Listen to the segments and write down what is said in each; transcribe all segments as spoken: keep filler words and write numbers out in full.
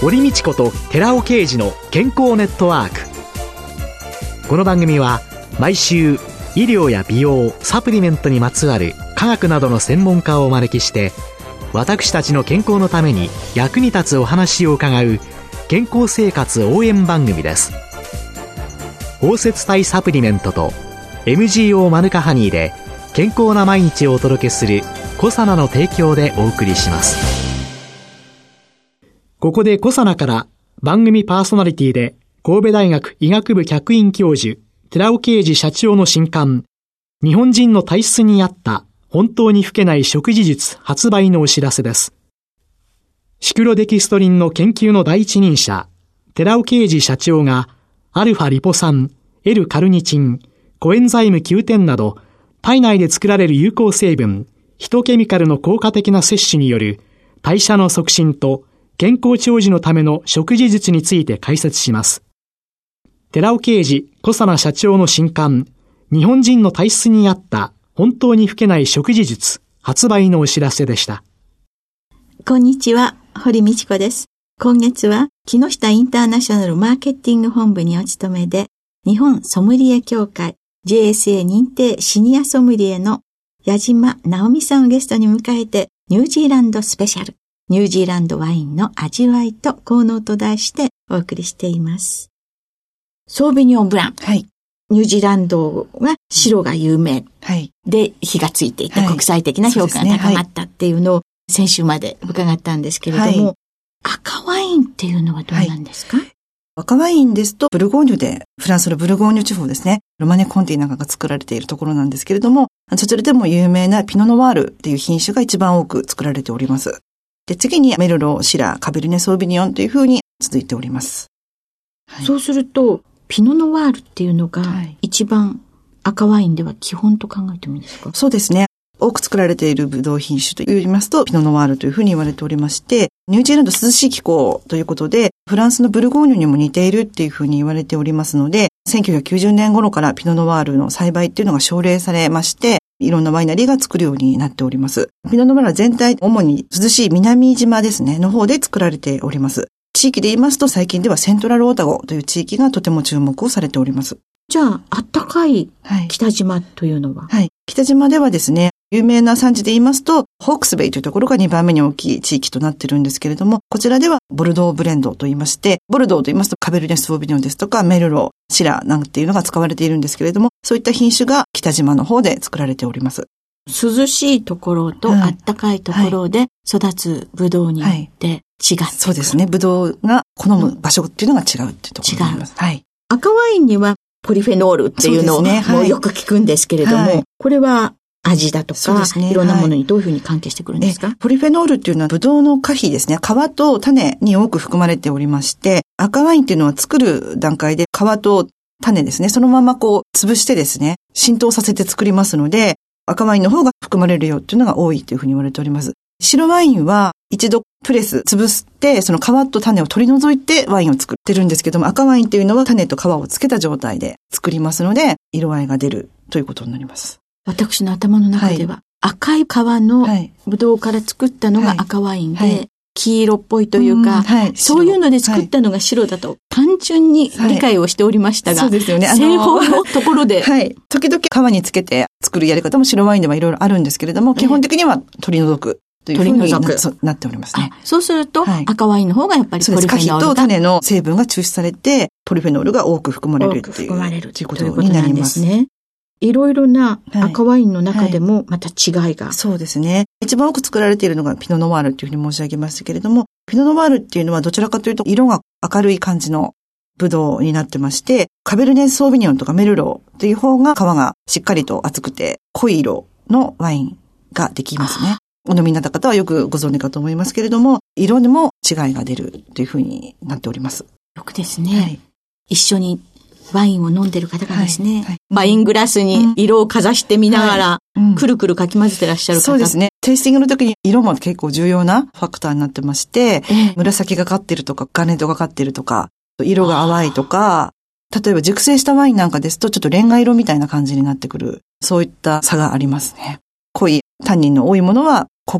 堀道子と寺尾啓二の健康ネットワーク。この番組は毎週医療や美容、サプリメントにまつわる科学などの専門家をお招きして、私たちの健康のために役に立つお話を伺う健康生活応援番組です。包摂体サプリメントと エムジーオー マヌカハニーで健康な毎日をお届けするコサナの提供でお送りします。ここでコサナから番組パーソナリティで神戸大学医学部客員教授寺尾啓二社長の新刊、日本人の体質に合った本当に老けない食事術発売のお知らせです。シクロデキストリンの研究の第一人者寺尾啓二社長がアルファリポ酸、L カルニチン、コエンザイム キューテン など体内で作られる有効成分、ヒトケミカルの効果的な摂取による代謝の促進と健康長寿のための食事術について解説します。寺尾啓二、コサナ社長の新刊、日本人の体質に合った本当に老けない食事術発売のお知らせでした。 こんにちは、堀道子です。今月は木下インターナショナルマーケティング本部にお勤めで、日本ソムリエ協会 ジェーエスエー 認定シニアソムリエの矢島直美さんをゲストに迎えて、ニュージーランドスペシャル、ニュージーランドワインの味わいと効能と題してお送りしています。ソービニョンブラン。はい。ニュージーランドは白が有名。はい。で、火がついていて、国際的な評価が高まったっていうのを先週まで伺ったんですけれども、はい、赤ワインっていうのはどうなんですか？はい、 赤ワインですと、ブルゴーニュで、フランスのブルゴーニュ地方ですね、ロマネコンティなんかが作られているところなんですけれども、そちらでも有名なピノノワールっていう品種が一番多く作られております。で、次にメルロー、シラー、カベルネソービニオンというふうに続いております。 はい、そうすると、ピノノワールっていうのが一番赤ワインでは基本と考えてもいいですか？ そうですね。多く作られているブドウ品種といいますと、ピノノワールというふうに言われておりまして、ニュージーランド涼しい気候ということで、フランスのブルゴーニュにも似ているっていうふうに言われておりますので、せんきゅうひゃくきゅうじゅうねん頃からピノノワールの栽培っていうのが奨励されまして、いろんなワイナリーが作るようになっております。ピノノワールは全体、主に涼しい南島ですね、の方で作られております。地域で言いますと、最近ではセントラルオタゴという地域がとても注目をされております。 じゃあ、あったかい北島というのは、 はい、はい。北島ではですね、有名な産地で言いますと、ホークスベイというところがにばんめに大きい地域となっているんですけれども、こちらではボルドーブレンドと言いまして、ボルドーと言いますとカベルネ・ソービニョンですとかメルロー、シラーなんていうのが使われているんですけれども、そういった品種が北島の方で作られております。 涼しいところとあったかいところで育つブドウによって違ってくる、はいはい、 そうですね。ブドウが好む場所っていうのが違うっていうところになります。 違う。はい。赤ワインにはポリフェノールっていうのをもうよく聞くんですけれども、はい、これは味だとか、ね、いろんなものにどういうふうに関係してくるんですか？はい、 ポリフェノールっていうのはブドウの果皮ですね。皮と種に多く含まれておりまして、赤ワインっていうのは作る段階で皮と種ですね。そのままこう潰してですね、浸透させて作りますので、赤ワインの方が含まれる量っていうのが多いというふうに言われております。白ワインは一度プレス、潰して、その皮と種を取り除いてワインを作ってるんですけども、赤ワインっていうのは種と皮をつけた状態で作りますので、色合いが出るということになります。 私の頭の中では、はい、赤い皮のブドウから作ったのが赤ワインで、はいはい、黄色っぽいというか、うんはい、そういうので作ったのが白だと単純に理解をしておりましたが、はい、そうですよね。製法のところで、 はい、時々皮につけて作るやり方も白ワインではいろいろあるんですけれども、基本的には取り除くというふうに な, なっておりますね。 そうすると、はい、赤ワインの方がやっぱりポリフェノールが、 果皮と種の成分が抽出されて、ポリフェノールが多く含まれるっていう、 含まれるということになりますね。 いろいろな赤ワインの中でもまた違いが、はいはい、 そうですね。一番多く作られているのがピノノワールというふうに申し上げましたけれども、ピノノワールっていうのはどちらかというと色が明るい感じのブドウになってまして、カベルネ・ソービニョンとかメルローっていう方が皮がしっかりと厚くて濃い色のワインができますね。お飲みになった方はよくご存知かと思いますけれども、色にも違いが出るというふうになっております。 よくですね。はい、一緒にワインを飲んでる方がですね、はいはい、ワイングラスに色をかざしてみながら、うん、くるくるかき混ぜてらっしゃる方、 そうですね。テイスティングの時に色も結構重要なファクターになってまして、ええ、紫がかってるとか、ガネットがかってるとか、色が淡いとか、例えば熟成したワインなんかですとちょっとレンガ色みたいな感じになってくる、そういった差がありますね。濃いタンニンの多いものは濃く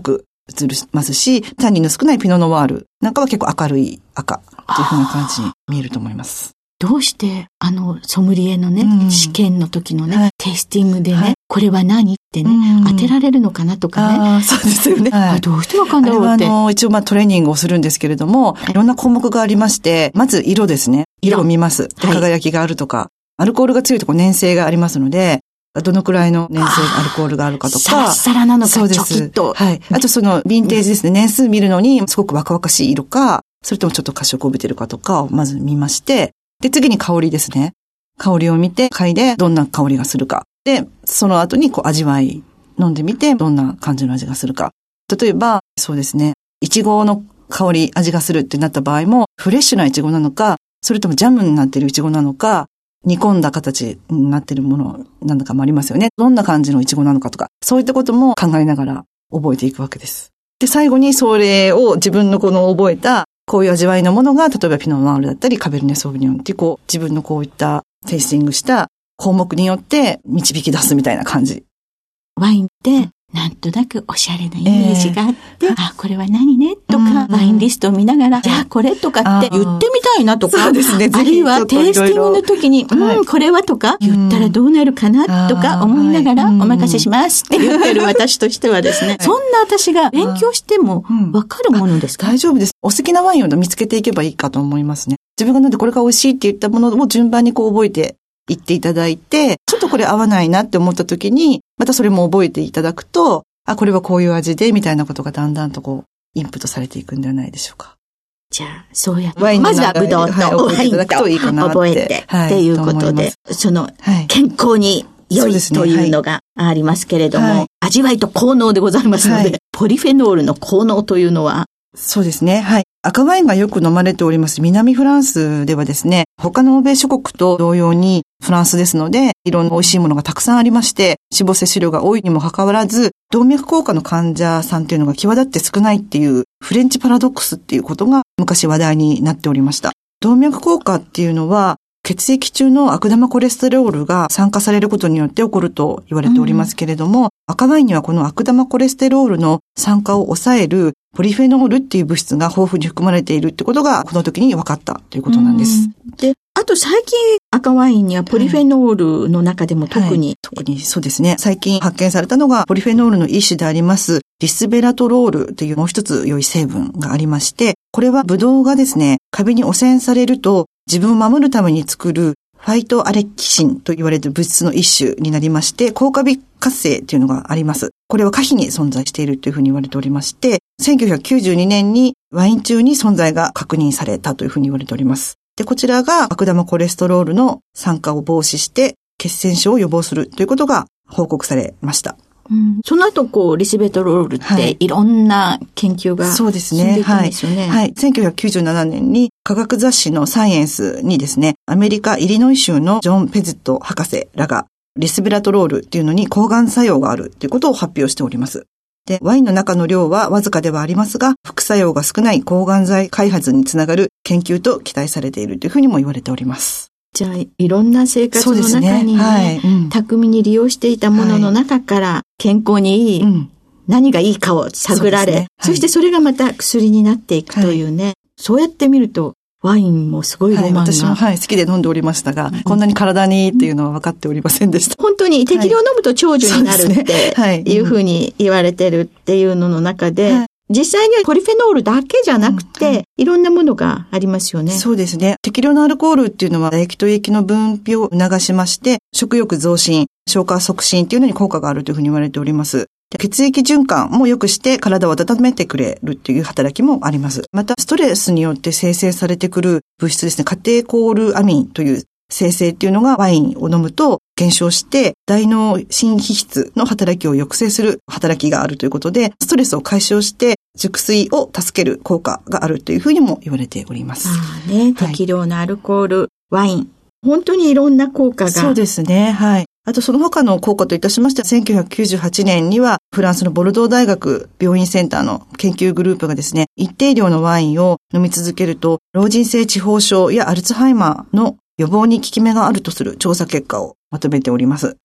映りますし、タンニンの少ないピノノワールなんかは結構明るい赤というふうな感じに見えると思います。 どうしてあのソムリエのね、うん、試験の時のね、はい、テイスティングでね、はい、これは何ってね、うん、当てられるのかなとかね。 あ、そうですよね。 はい、どうしてわかんだろうって。 あれはあの一応まあトレーニングをするんですけれども、いろんな項目がありまして、まず色ですね。色を見ます。輝きがあるとか、はい、アルコールが強いところ粘性がありますので、どのくらいの粘性アルコールがあるかとか。 サラサラなのか、 そうです。 チョキッと。 はい。あとそのヴィンテージですね。年数見るのにすごく若々しい色か、それともちょっと褐色を帯びてるかとかをまず見まして、で、次に香りですね。香りを見て、嗅いでどんな香りがするか。で、その後にこう味わい、飲んでみてどんな感じの味がするか。例えば、そうですね。イチゴの香り、味がするってなった場合も、フレッシュなイチゴなのか、それともジャムになっているイチゴなのか、煮込んだ形になっているものなんだかもありますよね。どんな感じのイチゴなのかとか、そういったことも考えながら覚えていくわけです。で、最後にそれを自分のこの覚えた、こういう味わいのものが、例えばピノノワールだったり、カベルネソーヴィニョンっていう、こう、自分のこういったテイスティングした項目によって導き出すみたいな感じ。 ワインって、なんとなくおしゃれなイメージがあって、えー、あ、これは何ねとか、うんうん、ワインリストを見ながら、じゃあこれとかって言ってみたいなとか、 そうですね、 あるいはテイスティングの時に、うん、これはとか、言ったらどうなるかなとか思いながら、お任せしますって言ってる私としてはですね、そんな私が勉強してもわかるものですか？ 大丈夫です。お好きなワインを見つけていけばいいかと思いますね。自分が飲んでこれが美味しいって言ったものを順番にこう覚えて言っていただいて、ちょっとこれ合わないなって思った時に、またそれも覚えていただくと、あ、これはこういう味で、みたいなことがだんだんとこう、インプットされていくんではないでしょうか。 じゃあ、そうやって、まずはブドウとワインと覚えて、っていうことで、その、健康に良いというのがありますけれども、味わいと効能でございますので、ポリフェノールの効能というのは、 そうですね。はい。赤ワインがよく飲まれております南フランスではですね、他の欧米諸国と同様にフランスですので、いろんな美味しいものがたくさんありまして、脂肪摂取量が多いにもかかわらず、動脈硬化の患者さんっていうのが際立って少ないっていうフレンチパラドックスっていうことが昔話題になっておりました。動脈硬化っていうのは、血液中の悪玉コレステロールが酸化されることによって起こると言われておりますけれども、うん、赤ワインにはこの悪玉コレステロールの酸化を抑えるポリフェノールっていう物質が豊富に含まれているってことがこの時に分かったということなんです。 うん、で、あと最近赤ワインにはポリフェノールの中でも特に、はい、 特にそうですね。最近発見されたのがポリフェノールの一種でありますリスベラトロールというもう一つ良い成分がありまして、これはブドウがですね、カビに汚染されると自分を守るために作るファイトアレキシンと言われる物質の一種になりまして、抗カビ活性というのがあります。これは可否に存在しているというふうに言われておりまして、せんきゅうひゃくきゅうじゅうにねんにワイン中に存在が確認されたというふうに言われております。で、こちらが悪玉コレステロールの酸化を防止して血栓症を予防するということが報告されました。 うん、その後、こう、リスベトロールっていろんな研究が進んでいくんですよね。 はい。はい。せんきゅうひゃくきゅうじゅうななねんに科学雑誌のサイエンスにですね、アメリカ・イリノイ州のジョン・ペゼット博士らがリスベラトロールっていうのに抗がん作用があるということを発表しております。で、ワインの中の量はわずかではありますが、副作用が少ない抗がん剤開発につながる研究と期待されているというふうにも言われております。 じゃあ、いろんな生活の中にね、ね、はいうん、巧みに利用していたものの中から健康にいい、はい、何がいいかを探られ、そ, ねはい、そしてそれがまた薬になっていくというね、はい、そうやって見るとワインもすごいロマンが、はい、 私も、はい、好きで飲んでおりましたが、うん、こんなに体にいいっていうのは分かっておりませんでした。 本当に適量飲むと長寿になるっていうふうに言われてるっていうのの中で、はい実際にはポリフェノールだけじゃなくて、うんはい、いろんなものがありますよね。 そうですね。適量のアルコールっていうのは唾液と液の分泌を促しまして、食欲増進、消化促進っていうのに効果があるというふうに言われております。血液循環も良くして体を温めてくれるっていう働きもあります。また、ストレスによって生成されてくる物質ですね、カテコールアミンという生成っていうのがワインを飲むと減少して大脳新皮質の働きを抑制する働きがあるということでストレスを解消して熟睡を助ける効果があるというふうにも言われております。 ああね、適量のアルコール、はい、ワイン本当にいろんな効果がそうですねはいあとその他の効果といたしましてはせんきゅうひゃくきゅうじゅうはちねんにはフランスのボルドー大学病院センターの研究グループがですね一定量のワインを飲み続けると老人性痴呆症やアルツハイマーの予防に効き目があるとする調査結果をまとめております。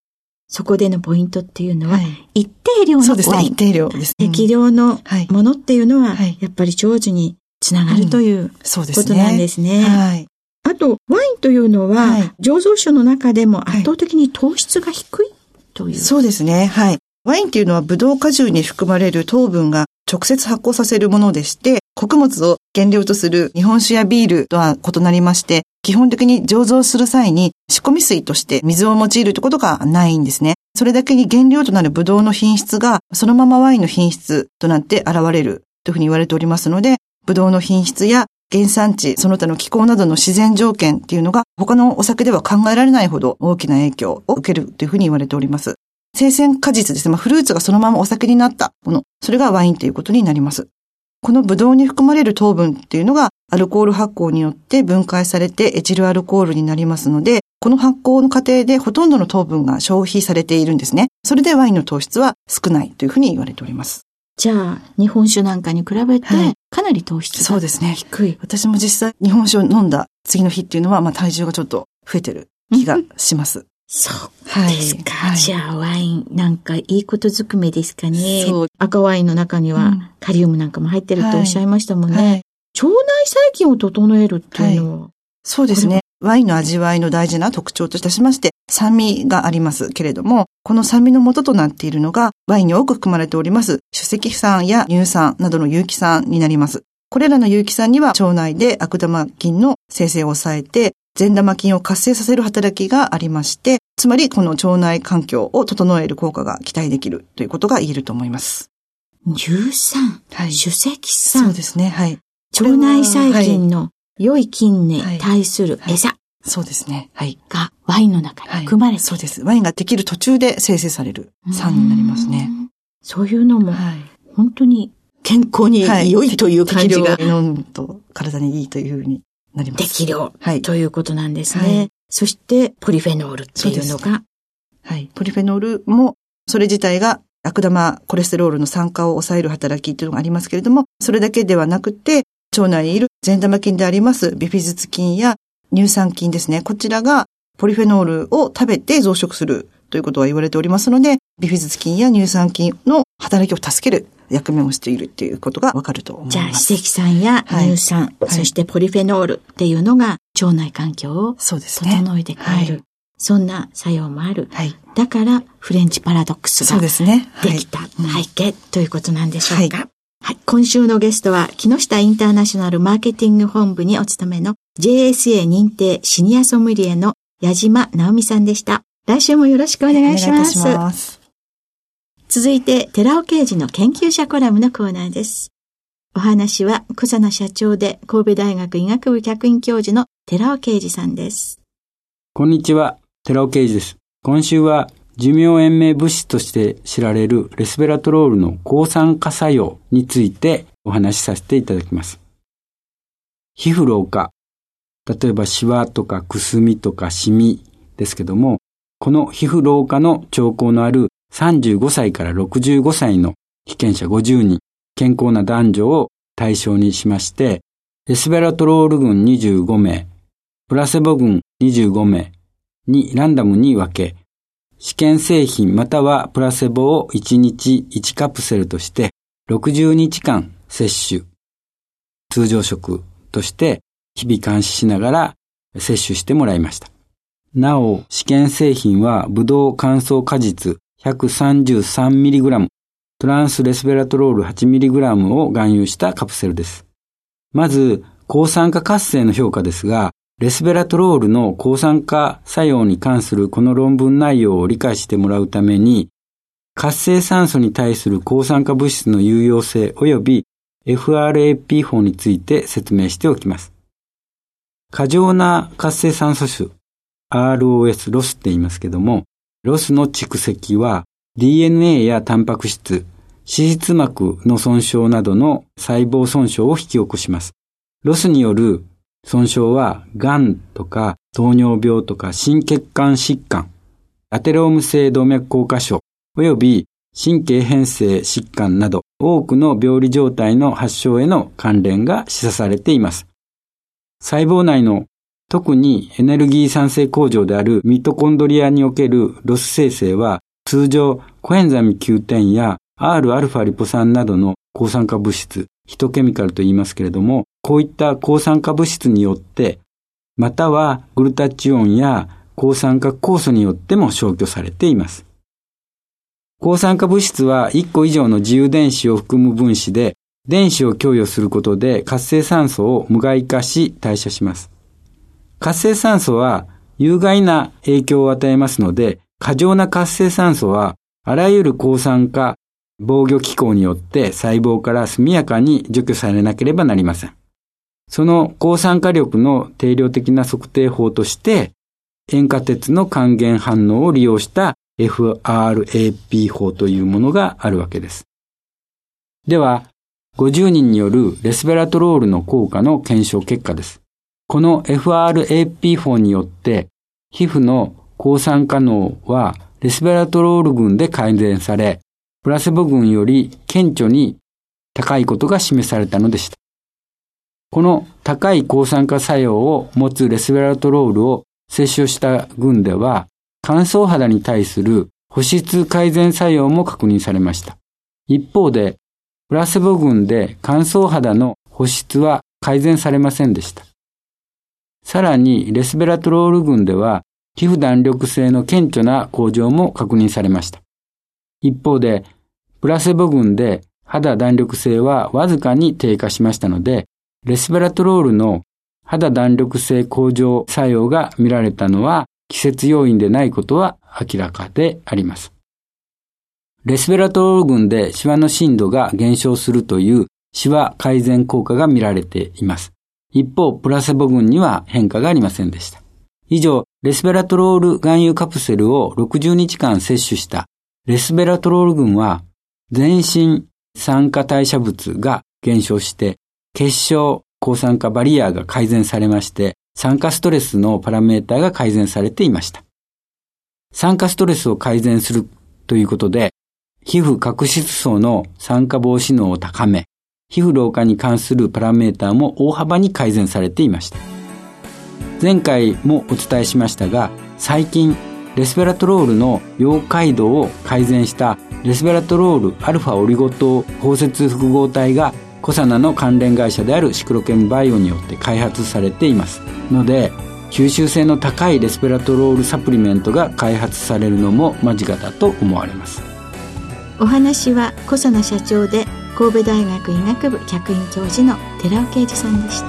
そこでのポイントっていうのは、 はい、 一定量のワイン。 そうですね、一定量です、 ね。適量のものっていうのは、 はい、 やっぱり長寿につながるという、うん、ことなんですね。 はい。 あと、ワインというのは、はい、醸造酒の中でも圧倒的に糖質が低いという。はい、 そうですね。はい。ワインっていうのはブドウ果汁に含まれる糖分が直接発酵させるものでして、穀物を原料とする日本酒やビールとは異なりまして、基本的に醸造する際に仕込み水として水を用いるということがないんですね。それだけに原料となるブドウの品質がそのままワインの品質となって現れるというふうに言われておりますので、ブドウの品質や原産地、その他の気候などの自然条件っていうのが他のお酒では考えられないほど大きな影響を受けるというふうに言われております。生鮮果実ですね。まあ、フルーツがそのままお酒になったもの。それがワインということになります。このブドウに含まれる糖分っていうのがアルコール発酵によって分解されてエチルアルコールになりますので、この発酵の過程でほとんどの糖分が消費されているんですね。それでワインの糖質は少ないというふうに言われております。 じゃあ、日本酒なんかに比べて、かなり糖質が低い。 そうですね。低い。私も実際日本酒を飲んだ次の日っていうのは、まあ体重がちょっと増えてる気がします。 そうですか、はい。じゃあワインなんかいいことずくめですかね。そう。赤ワインの中にはカリウムなんかも入ってるとおっしゃいましたもんね。はいはい、腸内細菌を整えるっていうのは、はい、 そうですね。ワインの味わいの大事な特徴といたしまして酸味がありますけれども、この酸味の元となっているのがワインに多く含まれております酒石酸や乳酸などの有機酸になります。これらの有機酸には腸内で悪玉菌の生成を抑えて善玉菌を活性させる働きがありまして、つまりこの腸内環境を整える効果が期待できるということが言えると思います。 乳酸、はい、酒石酸。 そうですね。はい。 腸内細菌の良い菌に対する餌。はいはい、そうですね。はい。 がワインの中に含まれている、はい。 そうです。ワインができる途中で生成される酸になりますね。 そういうのも、はい、本当に健康に良いという感じが。 適量飲むと体にいいというふうになります。 適量、はい、ということなんですね。はい、そしてポリフェノールっていうのが。 はい。ポリフェノールもそれ自体が悪玉コレステロールの酸化を抑える働きというのがありますけれども、それだけではなくて腸内にいる善玉菌でありますビフィズス菌や乳酸菌ですね。こちらがポリフェノールを食べて増殖するということが言われておりますので、ビフィズス菌や乳酸菌の働きを助ける役目をしているっていうことがわかると思います。 じゃあ、酒石酸や乳酸、はい、そしてポリフェノールっていうのが腸内環境を整えてくれる。そ, ねはい、そんな作用もある。はい、だから、フレンチパラドックスができた背景ということなんでしょうか。はいはい、今週のゲストは、木下インターナショナルマーケティング本部にお勤めの ジェーエスエー 認定シニアソムリエの矢島直美さんでした。来週もよろしくお願いします。お願いいたします。続いて、寺尾啓二の研究者コラムのコーナーです。お話は、小佐奈社長で神戸大学医学部客員教授の寺尾啓二さんです。 こんにちは、寺尾啓二です。今週は、寿命延命物質として知られるレスベラトロールの抗酸化作用についてお話しさせていただきます。皮膚老化、例えばシワとかくすみとかシミですけども、この皮膚老化の兆候のあるさんじゅうごさいからろくじゅうごさいの被験者ごじゅうにん、健康な男女を対象にしまして、レスベラトロール群にじゅうごめい、プラセボ群にじゅうごめいにランダムに分け、試験製品またはプラセボをいちにちいちカプセルとしてろくじゅうにちかん摂取、通常食として日々監視しながら摂取してもらいました。なお、試験製品はブドウ乾燥果実 ひゃくさんじゅうさんミリグラム、トランスレスベラトロール はちミリグラムを含有したカプセルです。まず、抗酸化活性の評価ですが、レスベラトロールの抗酸化作用に関するこの論文内容を理解してもらうために、活性酸素に対する抗酸化物質の有用性及び エフアールエーピー 法について説明しておきます。過剰な活性酸素種、アールオーエス、ロスって言いますけども、ロスの蓄積は ディーエヌエー やタンパク質、脂質膜の損傷などの細胞損傷を引き起こします。ロスによる損傷は、がんとか糖尿病とか心血管疾患、アテローム性動脈硬化症、および神経変性疾患など多くの病理状態の発症への関連が示唆されています。細胞内の特にエネルギー産生工場であるミトコンドリアにおけるロス生成は通常コエンザイム キューテン や Rα リポ酸などの抗酸化物質、ヒトケミカルと言いますけれども、こういった抗酸化物質によって、またはグルタチオンや抗酸化酵素によっても消去されています。抗酸化物質はいっこ以上の自由電子を含む分子で、電子を供与することで活性酸素を無害化し代謝します。活性酸素は有害な影響を与えますので、過剰な活性酸素はあらゆる抗酸化防御機構によって細胞から速やかに除去されなければなりません。その抗酸化力の定量的な測定法として、塩化鉄の還元反応を利用した エフアールエーピー 法というものがあるわけです。では、ごじゅうにんによるレスベラトロールの効果の検証結果です。この エフアールエーピー 法によって、皮膚の抗酸化能はレスベラトロール群で改善され、プラセボ群より顕著に高いことが示されたのでした。この高い抗酸化作用を持つレスベラトロールを摂取した群では、乾燥肌に対する保湿改善作用も確認されました。一方で、プラセボ群で乾燥肌の保湿は改善されませんでした。さらに、レスベラトロール群では、皮膚弾力性の顕著な向上も確認されました。一方で、プラセボ群で肌弾力性はわずかに低下しましたので、レスベラトロールの肌弾力性向上作用が見られたのは季節要因でないことは明らかであります。レスベラトロール群でシワの深度が減少するというシワ改善効果が見られています。一方、プラセボ群には変化がありませんでした。以上、レスベラトロール含有カプセルをろくじゅうにちかん摂取したレスベラトロール群は全身酸化代謝物が減少して結晶抗酸化バリアが改善されまして、酸化ストレスのパラメータが改善されていました。酸化ストレスを改善するということで、皮膚角質層の酸化防止能を高め、皮膚老化に関するパラメータも大幅に改善されていました。前回もお伝えしましたが、最近レスベラトロールの溶解度を改善したレスベラトロールアルファオリゴ糖包摂複合体がコサナの関連会社であるシクロケンバイオによって開発されていますので、吸収性の高いレスベラトロールサプリメントが開発されるのも間近だと思われます。 お話はコサナ社長で神戸大学医学部客員教授の寺尾啓二さんでした。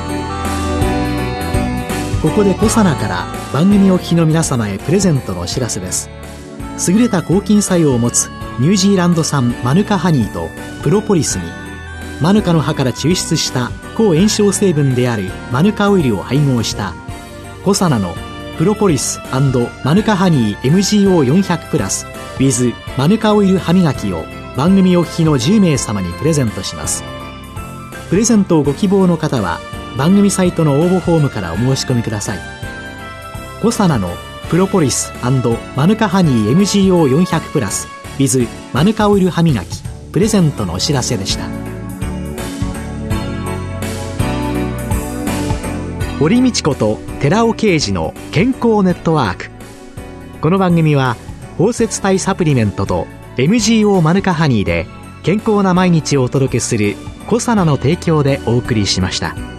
ここでコサナから番組お聞きの皆様へプレゼントのお知らせです。優れた抗菌作用を持つニュージーランド産マヌカハニーとプロポリスにマヌカの葉から抽出した抗炎症成分であるマヌカオイルを配合したコサナのプロポリス&マヌカハニー エムジーオーよんひゃく プラス with マヌカオイル歯磨きを番組お聞きのじゅうめいさまにプレゼントします。プレゼントをご希望の方は番組サイトの応募フォームからお申し込みください。コサナのプロポリス&マヌカハニー エムジーオーよんひゃく プラス with マヌカオイル歯磨きプレゼントのお知らせでした。堀道子と寺尾啓二の健康ネットワーク。この番組は包摂体サプリメントと エムジーオー マヌカハニーで健康な毎日をお届けするコサナの提供でお送りしました。